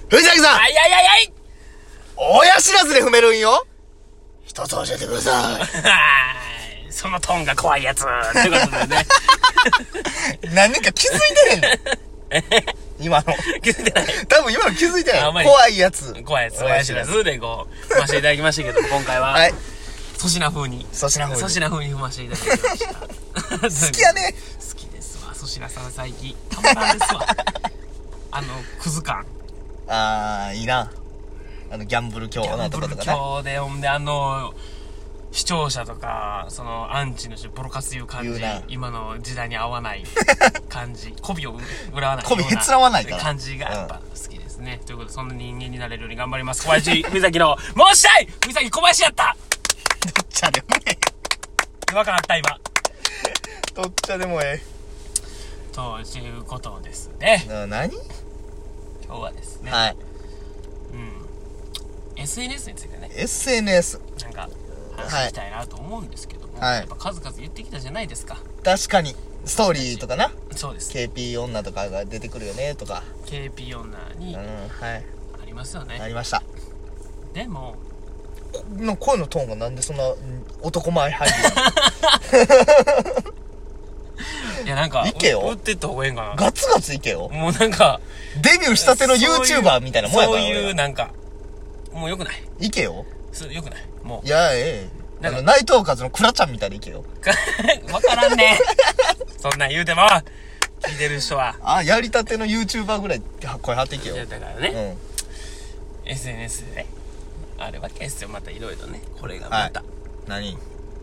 藤崎さん、 はいはいはいはい。 親知らずで踏めるんよ。一つ教えてくださはい。そのトーンが怖いやつ。ということでね。 い。何か気づいてへんの今の。 気づいてない。 多分今の気づいてない。 あんまり怖いやつ。 怖いやつ。親知らずでこう、踏ませていただきましたけども、今回は、 はい。 粗品風に。 粗品風に。 粗品風に踏ませていただきました。 好きやね。 好きですわ。粗品さん最近。たまらんですわ。クズ感。 いいな。ギャンブル教なとかとかね。 今日で、ほんで視聴者とか、アンチの人、ボロカス言う感じ、今の時代に合わない感じ、媚びを裏わないような。 媚びへつらわないから。 感じがやっぱ好きですね。ということで、そんな人間になれるように頑張ります。小林文崎の、もうしたい文崎小林やったどっちゃでもえ違和感あった今。 どっちゃでもえということですね。 何？ 今日はですね。 はい。 SNS についてね。 SNS。 なんか、話したいなと思うんですけども、 はい、 やっぱ数々言ってきたじゃないですか。 確かに。ストーリーとかな。 そうです。 KP 女とかが出てくるよねとか。 KP 女に、はい。ありますよね。 ありました。 でも、 声のトーンがなんでそんな男前入るのいやなんか、 いけよ。 売ってった方がええんかな。 ガツガツいけよ。 もうなんか、 デビューしたての YouTuber みたいなもんやから。 そういうなんか、もう良くない。 いけよ。 良くない。もう。 いや、内藤和のクラちゃんみたいでいけよ。 わからんね。そんなん言うても、聞いてる人は。 やりたての YouTuber ぐらい声張っていけよ。 いやだからね、SNS でね、あるわけですよ。またいろいろね。これがまた。 何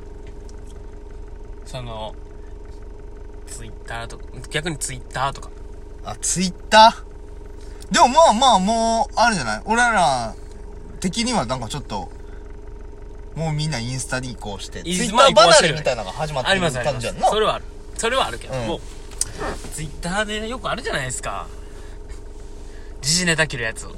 Twitter とか、逆に Twitter とか。 Twitter？ でもまあ、もう、あるじゃない？俺ら、的にはなんかちょっと、もうみんなインスタに移行して、Twitter 離れみたいなのが始まってる感じやんな。 それはある。それはあるけど、もう、Twitter でよくあるじゃないですか。時事ネタ切るやつ。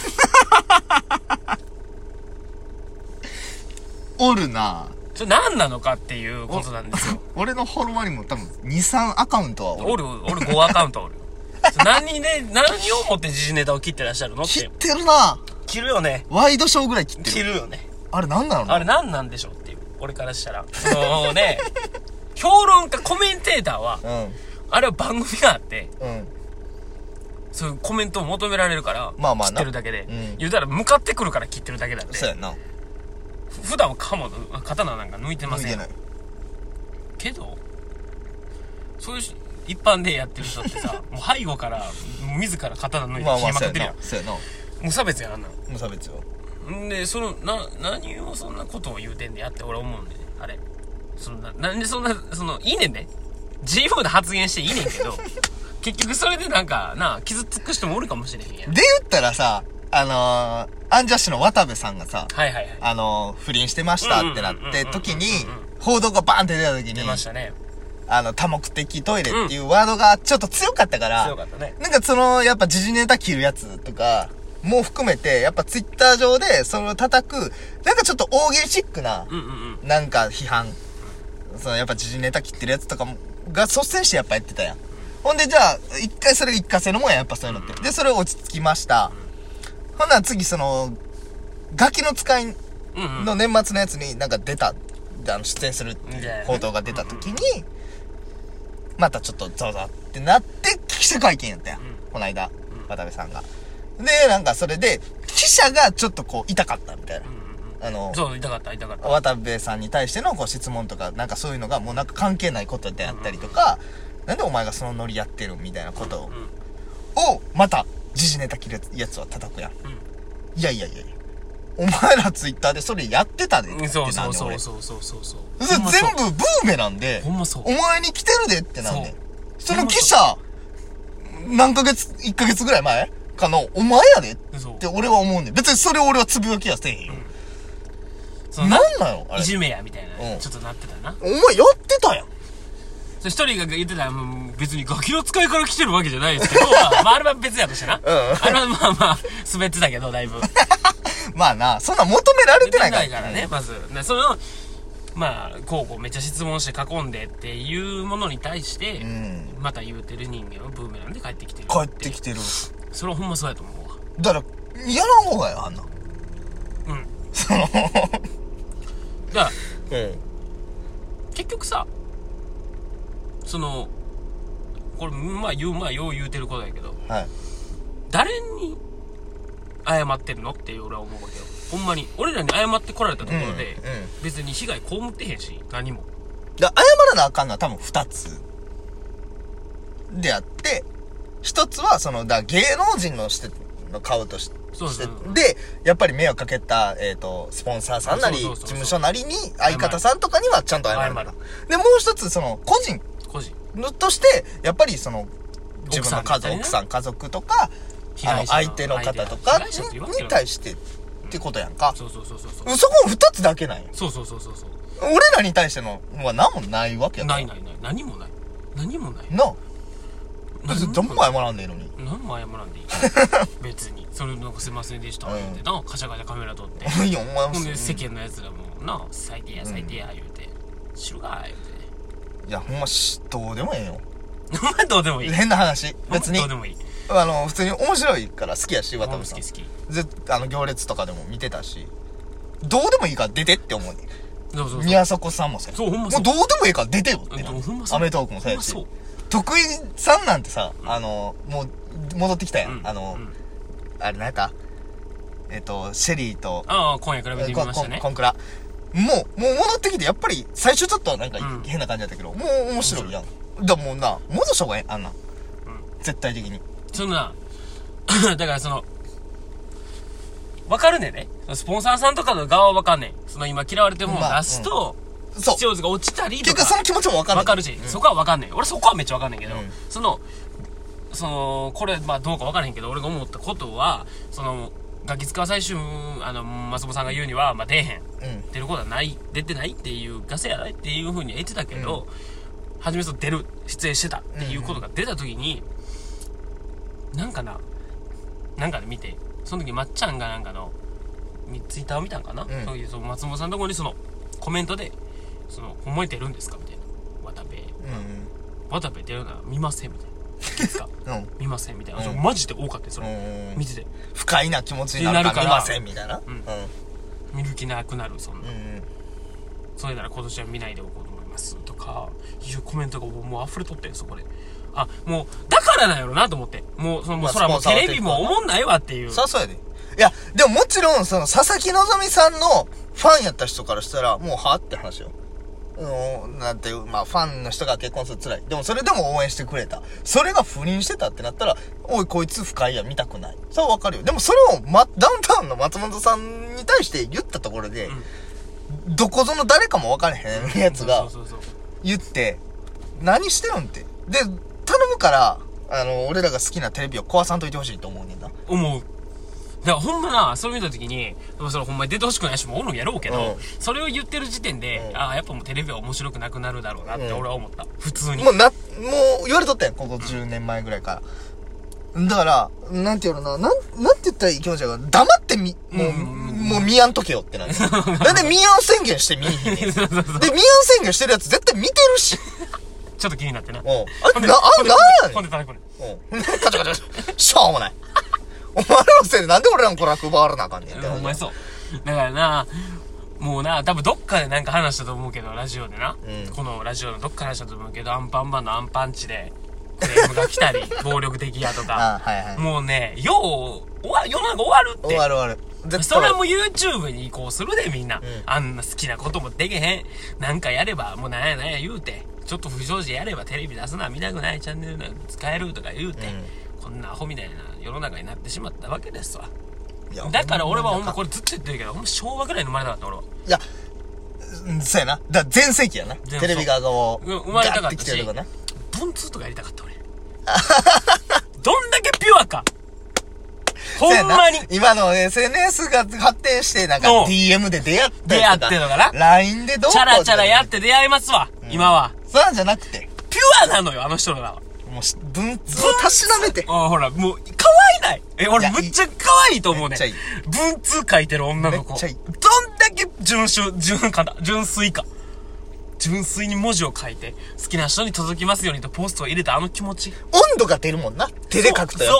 おるな。 それ何なのかっていうことなんですよ。 俺のフォロワーにも多分2、3アカウントはおる。 俺5アカウントおる。何をもって時事ネタを切ってらっしゃるのって。 切ってるな。 切るよね。 ワイドショーぐらい切ってる。 切るよね。 あれ何なの？ あれ何なんでしょうっていう。俺からしたら。ね、評論家、コメンテーターは、あれは番組があって、そういうコメントを求められるから、切ってるだけで。言うたら向かってくるから切ってるだけだって。 そうやな。 普段は刀なんか抜いてません。抜いてない。けど、そういう一般でやってる人ってさ、もう背後から、自ら刀抜いて切りまくってるやん。 そうやな。 無差別やん、あんな。 無差別よ。 んで、何をそんなことを言うてんねやって俺思うんでね、あれ。なんでそんな、いいねんね。自由な発言していいねんけど、結局それでなんか、傷つく人もおるかもしれへんやん。 で言ったらさ、アンジャッシュの渡部さんがさ、不倫してましたってなって時に、報道がバーンって出た時に、 出ましたね。 多目的トイレっていうワードがちょっと強かったから、 強かったね。 なんかやっぱ時事ネタ切るやつとか、も含めて、やっぱツイッター上で、叩く、なんかちょっと大喜利チックな、なんか批判。やっぱ時事ネタ切ってるやつとかが率先してやっぱやってたやん。ほんでじゃあ、一回それが一過性のもんや、やっぱそういうのって。で、それ落ち着きました。ほんなら次ガキの使いの年末のやつになんか出演するっていう報道が出た時に、またちょっとザワザワってなって記者会見やったやん。この間、渡部さんが。で、なんかそれで、記者がちょっと痛かったみたいな。 そう、痛かった。 渡部さんに対しての質問とか、なんかそういうのがもうなんか関係ないことであったりとか、なんでお前がそのノリやってるみたいなことを、また、時事ネタ切るやつは叩くやん。いや。お前らツイッターでそれやってたでってなんで俺。そう。全部ブーメランで、お前に来てるでってなんで。その記者、1ヶ月ぐらい前かの、お前やでって俺は思うんで。別にそれ俺はつぶやきはせえへんよ。なんなのあれ。 いじめやみたいな。ちょっとなってたな。 お前やってたやん。 一人が言ってたら、別にガキの使いから来てるわけじゃないですけど、あれは別やとしてな。あれはまあ、滑ってたけど、だいぶ。 まあな、そんな求められてないから。 からね、まず。こうめっちゃ質問して囲んでっていうものに対して、また言うてる人間はブーメランで帰ってきてる。 帰ってきてる。 それはほんまそうやと思うわ。 だから、やらん方がよ、あんな。 うん。 その、 だから、結局さ、その、これ、まあよう言うてることやけど、 はい。 誰に謝ってるのって俺は思うわけよ。ほんまに。俺らに謝ってこられたところで、別に被害被ってへんし、何も。 謝らなあかんのは多分2つ。であって、1つは、芸能人の顔として、で、やっぱり迷惑かけた、スポンサーさんなり、事務所なりに、相方さんとかにはちゃんと謝る。で、もう一つ、個人として、やっぱり自分の奥さん、家族とか、相手の方とかに対してってことやんか。そこ2つだけなんや。俺らに対してのは何もないわけやない。何もない。 なあ。別に何も謝らんでいいのに。 何も謝らんでいい。別に。それなんかすいませんでした。言うてな、カシャカシャカメラ撮って。 いや、お前も。 ほんで世間の奴らもな、最低や言うて。知るか言うて。 いや、ほんまどうでもええよ。 お前どうでもいい。 変な話。別に。 どうでもいい。 普通に面白いから好きやし、渡部さん。 好き。 行列とかでも見てたし。どうでもいいから出てって思うね。宮迫さんもそう。 そう、ほんまそう。もうどうでもいいから出てよってな。アメトークもそうやし。徳井さんなんてさ、もう、戻ってきたやん。あれ何やったシェリーと、 今夜比べてみましたね。 コンクラ。もう戻ってきて、やっぱり、最初ちょっとなんか変な感じだったけど、もう面白いやん。だからもうな、戻した方がええ、あんな。絶対的に。 そんな、だからわかるね。スポンサーさんとかの側はわかんねん。今嫌われてるものを出すと、視聴率が落ちたりとか。 結局その気持ちもわかる。 わかるし、そこはわかんねん。俺そこはめっちゃわかんねんけど、これ、まあどうかわからへんけど、俺が思ったことは、ガキ使は最終、松本さんが言うには、まあ出えへん。出ることはない、出てないっていうガセやないっていう風に言ってたけど、初め出演してたっていうことが出た時に、なんかね見て、その時まっちゃんがツイッターを見たんかな、そういう松本さんのところにコメントで、ほんまに出るんですかみたいな。渡部出るなら見ませんみたいな。見ませんみたいな。マジで多かったよ、それ。見てて。 不快な気持ちになるから見ませんみたいな。 見る気なくなる、そんな。それなら今年は見ないでおこうと思いますとかいうコメントがもう溢れとってん、そこで。もうだからなんやろなと思って。もうそらもうテレビも思んないわっていう。 そうやで。いやでももちろん佐々木希さんのファンやった人からしたらもうはって話よ。なんていう、まあファンの人が結婚する辛い。でもそれでも応援してくれた。それが不倫してたってなったら、おいこいつ不快や見たくない。それはわかるよ。でもそれをダウンタウンの松本さんに対して言ったところで、どこぞの誰かもわからへんやつが言って、何してるんって。で、頼むから、俺らが好きなテレビを壊さんといてほしいと思うねんな。 思う。だからほんまな、それ見たときに、それほんまに出てほしくない人もおるんやろうけど、それを言ってる時点で、やっぱもうテレビは面白くなくなるだろうなって俺は思った。普通に。もう言われとったやん、ここ10年前ぐらいから。だから、なんていうのな、なんて言ったらいい気持ちやから、黙ってもう見やんとけよってなる。なんで見やん宣言して見えへんねん。で、見やん宣言してるやつ絶対見てるし。 ちょっと気になってな。 なんやねん。 ほんで叩くねん。 カチャカチャ、しょうもない。お前らのせいでなんで俺らの子ら配らなあかんねんって。 お前そう。だからな、もうな、多分どっかでなんか話したと思うけど、ラジオでな。このラジオのどっか話したと思うけど、アンパンマンのアンパンチで、クレームが来たり、暴力的やとか。もうね、世の中終わるって。終わる。 それはもう YouTube に移行するでみんな。あんな好きなこともできへん。なんかやれば、もうなんや言うて。ちょっと不祥事やればテレビ出すな、見たくないチャンネルなんか使えるとか言うて。こんなアホみたいな世の中になってしまったわけですわ。だから俺はほんまこれずっと言ってるけど、ほんま昭和ぐらいに生まれたかった俺は。 いや、そうやな。だから全盛期やな。テレビ側を生まれたかったし、文通とかやりたかった俺。どんだけピュアか。ほんまに。 今の SNS が発展して、なんか DM で出会ってのかな ?LINE でどうチャラチャラやって出会いますわ、今は。 そうなんじゃなくて。 ピュアなのよ、あの人らは。 もう、文通をたしなめて。 ほら、もう、可愛いない。俺、むっちゃ可愛いと思うね。めっちゃいい。文通書いてる女の子。めっちゃいい。どんだけ純粋か。純粋に文字を書いて、好きな人に届きますようにとポストを入れたあの気持ち。 温度が出るもんな。手で書くとやっぱり。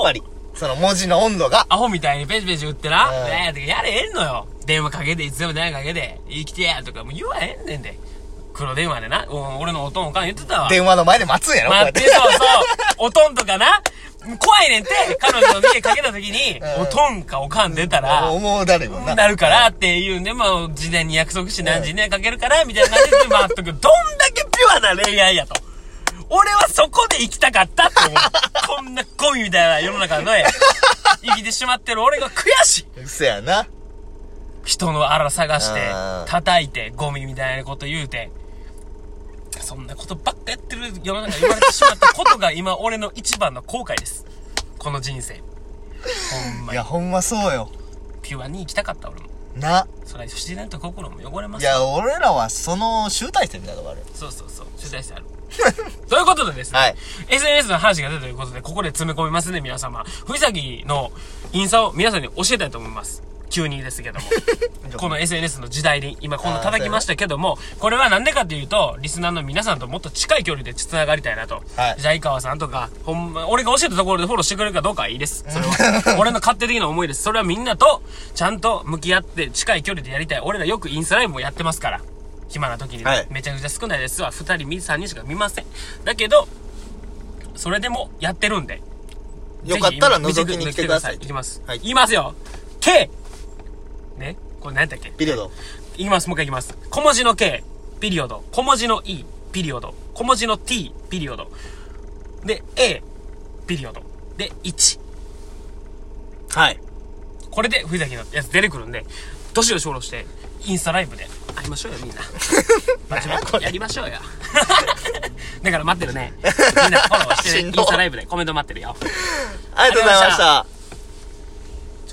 その文字の温度が。 アホみたいにペチペチ打ってな。やれへんのよ。電話かけて、いつでも電話かけて、生きてやとかもう言わへんねんで。黒電話でな。俺のおとんおかん言ってたわ。 電話の前で待つんやろ待って、そうそう。おとんとかな。怖いねんって、彼女の家かけた時に、おとんかおかん出たら、 もう誰もなるからっていうんで、もう事前に約束して何時にかけるから、みたいな感じで待っとく。どんだけピュアな恋愛やと。俺はそこで生きたかったって思う。こんなゴミみたいな世の中で生きてしまってる俺が悔しい。 嘘やな。 人の荒探して、叩いて、ゴミみたいなこと言うて、そんなことばっかやってる世の中に生まれてしまったことが今俺の一番の後悔です。この人生。ほんまに。 いや、ほんまそうよ。 ピュアに生きたかった俺も。 な。 それは自然と心も汚れます。 いや、俺らはその集大成みたいなのがある。 そうそうそう。集大成ある。ということでですね、はい、SNS の話が出たということで、ここで詰め込みますね、皆様。藤崎のインスタを皆さんに教えたいと思います。急にですけども。この SNS の時代に今こんな叩きましたけども、これはなんでかっていうと、リスナーの皆さんともっと近い距離で繋がりたいなと。はい、じゃあ、井川さんとか、ほんま、俺が教えたところでフォローしてくれるかどうかはいいです。それは。俺の勝手的な思いです。それはみんなと、ちゃんと向き合って近い距離でやりたい。俺らよくインスタライブもやってますから。暇な時に、ね、はい、めちゃくちゃ少ないですわ。2人、3人しか見ません。だけど、それでもやってるんで。 よかったら覗きに来てください。 いきます。はい。言いますよ。K! ね。これ何だっけ？ ピリオド。 いきます。もう一回いきます。小文字の K、ピリオド。小文字の E、ピリオド。小文字の T、ピリオド。で、A、ピリオド。で、1。 はい。これで藤崎のやつ出てくるんで、どしどしフォローして、インスタライブで会いましょうよ、みんな。やりましょうよ。だから待ってるね。みんなフォローして、ね、インスタライブでコメント待ってるよ。 ありがとうございました。